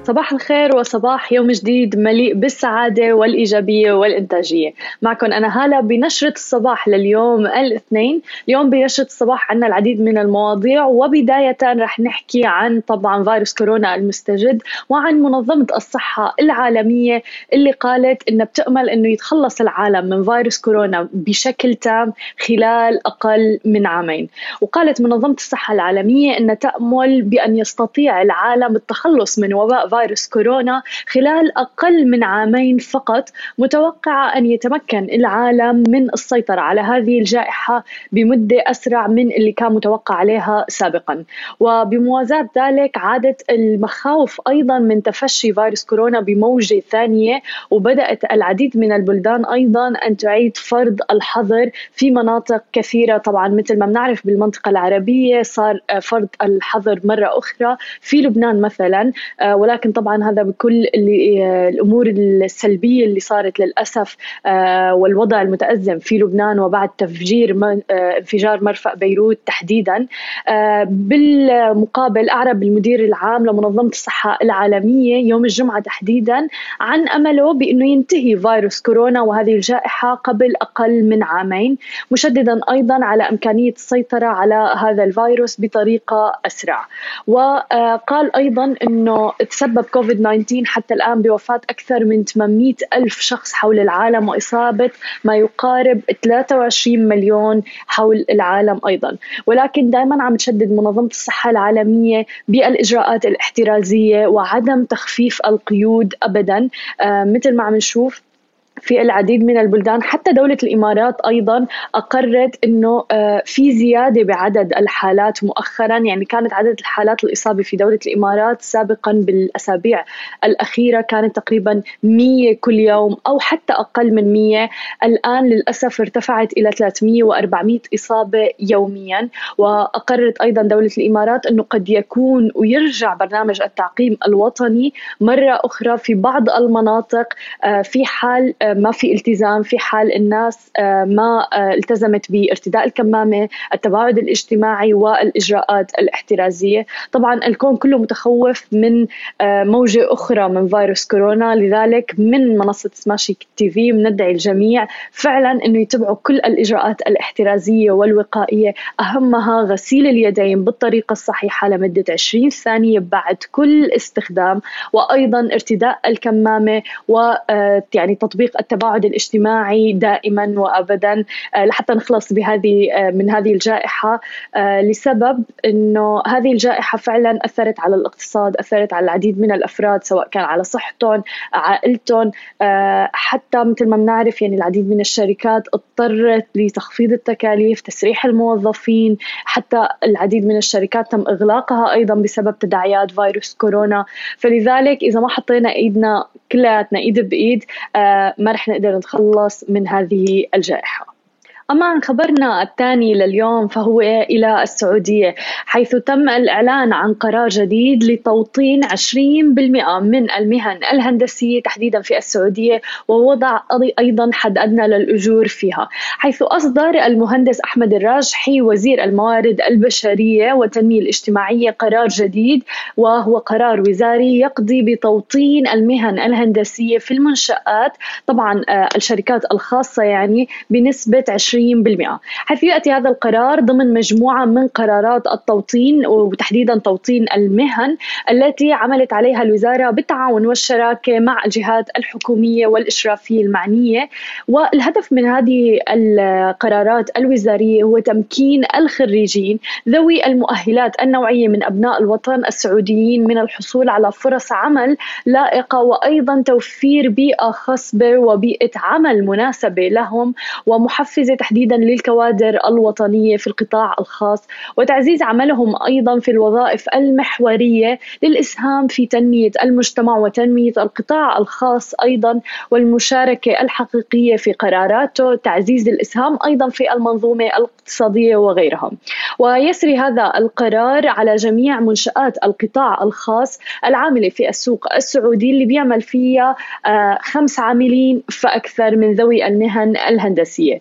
صباح الخير وصباح يوم جديد مليء بالسعادة والإيجابية والإنتاجية. معكم أنا هالة بنشرة الصباح لليوم الاثنين. اليوم بنشرة الصباح عنا العديد من المواضيع، وبداية رح نحكي عن طبعا فيروس كورونا المستجد، وعن منظمة الصحة العالمية اللي قالت إنها بتأمل إنه يتخلص العالم من فيروس كورونا بشكل تام خلال أقل من عامين. وقالت منظمة الصحة العالمية إنها تأمل بأن يستطيع العالم التخلص من وباء فيروس كورونا خلال أقل من عامين فقط. متوقع أن يتمكن العالم من السيطرة على هذه الجائحة بمدة أسرع من اللي كان متوقع عليها سابقا. وبموازاة ذلك عادت المخاوف أيضا من تفشي فيروس كورونا بموجة ثانية، وبدأت العديد من البلدان أيضا أن تعيد فرض الحظر في مناطق كثيرة. طبعا مثل ما بنعرف بالمنطقة العربية صار فرض الحظر مرة أخرى في لبنان مثلا، ولكن طبعا هذا بكل الأمور السلبية اللي صارت للأسف، والوضع المتأزم في لبنان وبعد تفجير انفجار مرفأ بيروت تحديدا. بالمقابل أعرب المدير العام لمنظمة الصحة العالمية يوم الجمعة تحديدا عن أمله بأنه ينتهي فيروس كورونا وهذه الجائحة قبل أقل من عامين، مشددا أيضا على إمكانية السيطرة على هذا الفيروس بطريقة أسرع. وقال أيضا أنه تسبب كوفيد-19 حتى الآن بوفاة أكثر من 800 ألف شخص حول العالم، وإصابة ما يقارب 23 مليون حول العالم أيضا. ولكن دائما عم تشدد منظمة الصحة العالمية بالإجراءات الاحترازية وعدم تخفيف القيود أبدا. مثل ما عم نشوف في العديد من البلدان، حتى دولة الإمارات أيضا أقرت أنه في زيادة بعدد الحالات مؤخرا. يعني كانت عدد الحالات الإصابة في دولة الإمارات سابقا بالأسابيع الأخيرة كانت تقريبا 100 كل يوم أو حتى أقل من 100. الآن للأسف ارتفعت إلى 300 و400 إصابة يوميا. وأقرت أيضا دولة الإمارات أنه قد يكون ويرجع برنامج التعقيم الوطني مرة أخرى في بعض المناطق في حال ما في التزام، في حال الناس ما التزمت بارتداء الكمامة، التباعد الاجتماعي والإجراءات الاحترازية. طبعا الكون كله متخوف من موجة أخرى من فيروس كورونا، لذلك من منصة سماشي تي في بندعي الجميع فعلا أنه يتبعوا كل الإجراءات الاحترازية والوقائية، أهمها غسيل اليدين بالطريقة الصحيحة لمدة 20 ثانية بعد كل استخدام، وأيضا ارتداء الكمامة ويعني تطبيق التباعد الاجتماعي دائما وأبدا لحتى نخلص من هذه الجائحة. لسبب أنه هذه الجائحة فعلا أثرت على الاقتصاد، أثرت على العديد من الأفراد سواء كان على صحتهم، عائلتهم، حتى مثل ما بنعرف يعني العديد من الشركات اضطرت لتخفيض التكاليف، تسريح الموظفين، حتى العديد من الشركات تم إغلاقها أيضا بسبب تداعيات فيروس كورونا. فلذلك إذا ما حطينا إيدنا كلاتنا إيد بإيد ما رح نقدر نتخلص من هذه الجائحة. أما عن خبرنا الثاني لليوم فهو إلى السعودية، حيث تم الإعلان عن قرار جديد لتوطين 20% من المهن الهندسية تحديدا في السعودية، ووضع أيضا حد أدنى للأجور فيها، حيث أصدر المهندس أحمد الراجحي وزير الموارد البشرية والتنمية الاجتماعية قرار جديد، وهو قرار وزاري يقضي بتوطين المهن الهندسية في المنشآت، طبعا الشركات الخاصة يعني بنسبة 20%، حيث يأتي هذا القرار ضمن مجموعة من قرارات التوطين وتحديدا توطين المهن التي عملت عليها الوزارة بالتعاون والشراكة مع الجهات الحكومية والإشرافية المعنية. والهدف من هذه القرارات الوزارية هو تمكين الخريجين ذوي المؤهلات النوعية من أبناء الوطن السعوديين من الحصول على فرص عمل لائقة، وأيضا توفير بيئة خصبة وبيئة عمل مناسبة لهم، ومحفزة تحديدا للكوادر الوطنية في القطاع الخاص، وتعزيز عملهم أيضا في الوظائف المحورية للإسهام في تنمية المجتمع وتنمية القطاع الخاص أيضا، والمشاركة الحقيقية في قراراته، تعزيز الإسهام أيضا في المنظومة الاقتصادية وغيرها. ويسري هذا القرار على جميع منشآت القطاع الخاص العاملة في السوق السعودي اللي بيعمل فيها 5 عاملين فأكثر من ذوي المهن الهندسية. وفي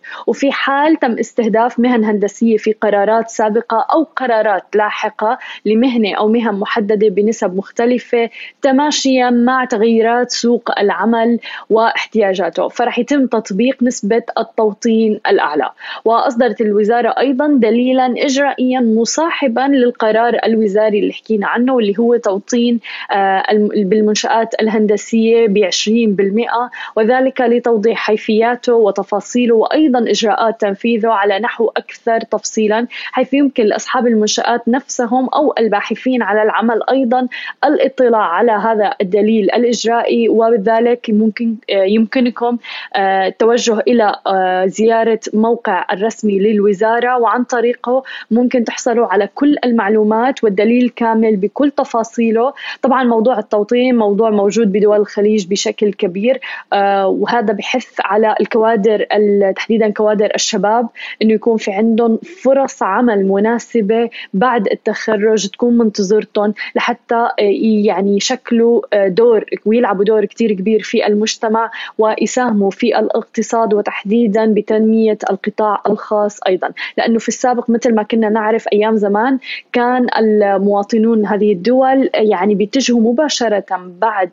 في حال تم استهداف مهن هندسية في قرارات سابقة أو قرارات لاحقة لمهنة أو مهن محددة بنسب مختلفة تماشيا مع تغيرات سوق العمل واحتياجاته، فرح يتم تطبيق نسبة التوطين الأعلى. وأصدرت الوزارة أيضا دليلا إجرائيا مصاحبا للقرار الوزاري اللي حكينا عنه، واللي هو توطين بالمنشآت الهندسية ب20%، وذلك لتوضيح حيثياته وتفاصيله وأيضا إجراءات تنفيذه على نحو أكثر تفصيلا، حيث يمكن لأصحاب المنشآت نفسهم أو الباحثين على العمل أيضا الاطلاع على هذا الدليل الإجرائي. وبذلك يمكنكم التوجه إلى زيارة موقع الرسمي للوزارة، وعن طريقه ممكن تحصلوا على كل المعلومات والدليل كامل بكل تفاصيله. طبعا موضوع التوطين موضوع موجود بدول الخليج بشكل كبير، وهذا بحث على الكوادر تحديدا كوادر الشباب انه يكون في عندهم فرص عمل مناسبة بعد التخرج تكون منتظرتهم، لحتى يعني يشكلوا دور ويلعبوا دور كتير كبير في المجتمع ويساهموا في الاقتصاد، وتحديدا بتنمية القطاع الخاص أيضا. لأنه في السابق مثل ما كنا نعرف أيام زمان كان المواطنون هذه الدول يعني بيتجهوا مباشرة بعد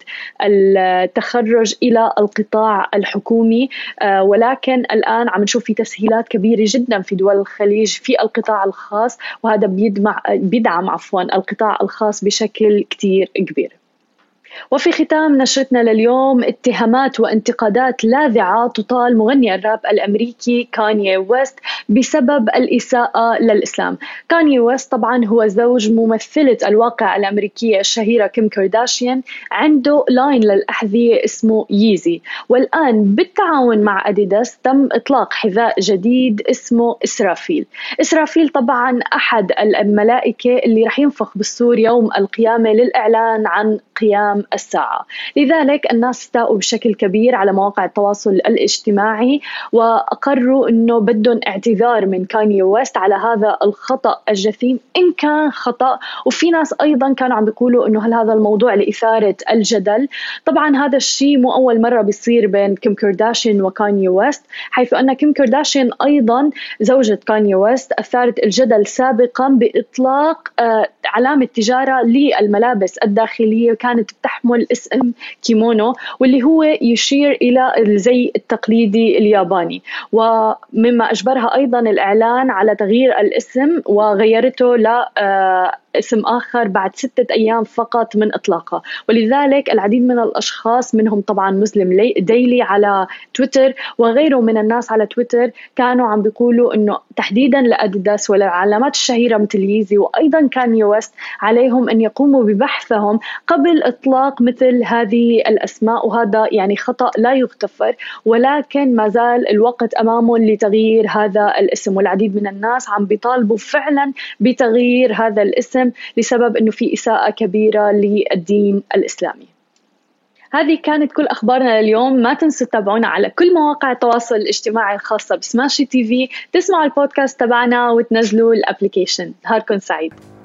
التخرج إلى القطاع الحكومي، ولكن الآن عم نشوف في تسهيلات كبيرة جدا في دول الخليج في القطاع الخاص، وهذا بيدعم القطاع الخاص بشكل كتير كبير. وفي ختام نشرتنا لليوم، اتهامات وانتقادات لاذعة تطال مغني الراب الأمريكي كانيي ويست بسبب الإساءة للإسلام. كانيي ويست طبعا هو زوج ممثلة الواقع الأمريكية الشهيرة كيم كارداشيان، عنده لاين للأحذية اسمه ييزي، والآن بالتعاون مع أديداس تم إطلاق حذاء جديد اسمه إسرافيل. إسرافيل طبعا أحد الملائكة اللي رح ينفخ بالصور يوم القيامة للإعلان عن قيام الساعة. لذلك الناس استاءوا بشكل كبير على مواقع التواصل الاجتماعي، وأقروا أنه بدهم اعتذار من كانيي ويست على هذا الخطأ الجسيم إن كان خطأ. وفي ناس أيضا كانوا عم بيقولوا أنه هل هذا الموضوع لإثارة الجدل. طبعا هذا الشيء مو أول مرة بيصير بين كيم كارداشيان وكانيي ويست، حيث أن كيم كارداشيان أيضا زوجة كانيي ويست أثارت الجدل سابقا بإطلاق علامة تجارة للملابس الداخلية كانت تحمل اسم كيمونو، واللي هو يشير إلى الزي التقليدي الياباني، ومما أجبرها أيضا الإعلان على تغيير الاسم وغيرته اسم آخر بعد 6 أيام فقط من إطلاقه. ولذلك العديد من الأشخاص منهم طبعا مسلم ديلي على تويتر وغيره من الناس على تويتر كانوا عم بيقولوا أنه تحديدا لأديداس والعلامات الشهيرة مثل ييزي وأيضا كانيي ويست عليهم أن يقوموا ببحثهم قبل إطلاق مثل هذه الأسماء، وهذا يعني خطأ لا يغتفر، ولكن ما زال الوقت أمامهم لتغيير هذا الاسم. والعديد من الناس عم بيطالبوا فعلا بتغيير هذا الاسم لسبب أنه في إساءة كبيرة للدين الإسلامي. هذه كانت كل أخبارنا لليوم. ما تنسوا تتابعونا على كل مواقع التواصل الاجتماعي الخاصة بسماشي تي في، تسمعوا البودكاست تبعنا وتنزلوا الابليكيشن. نهاركم سعيد.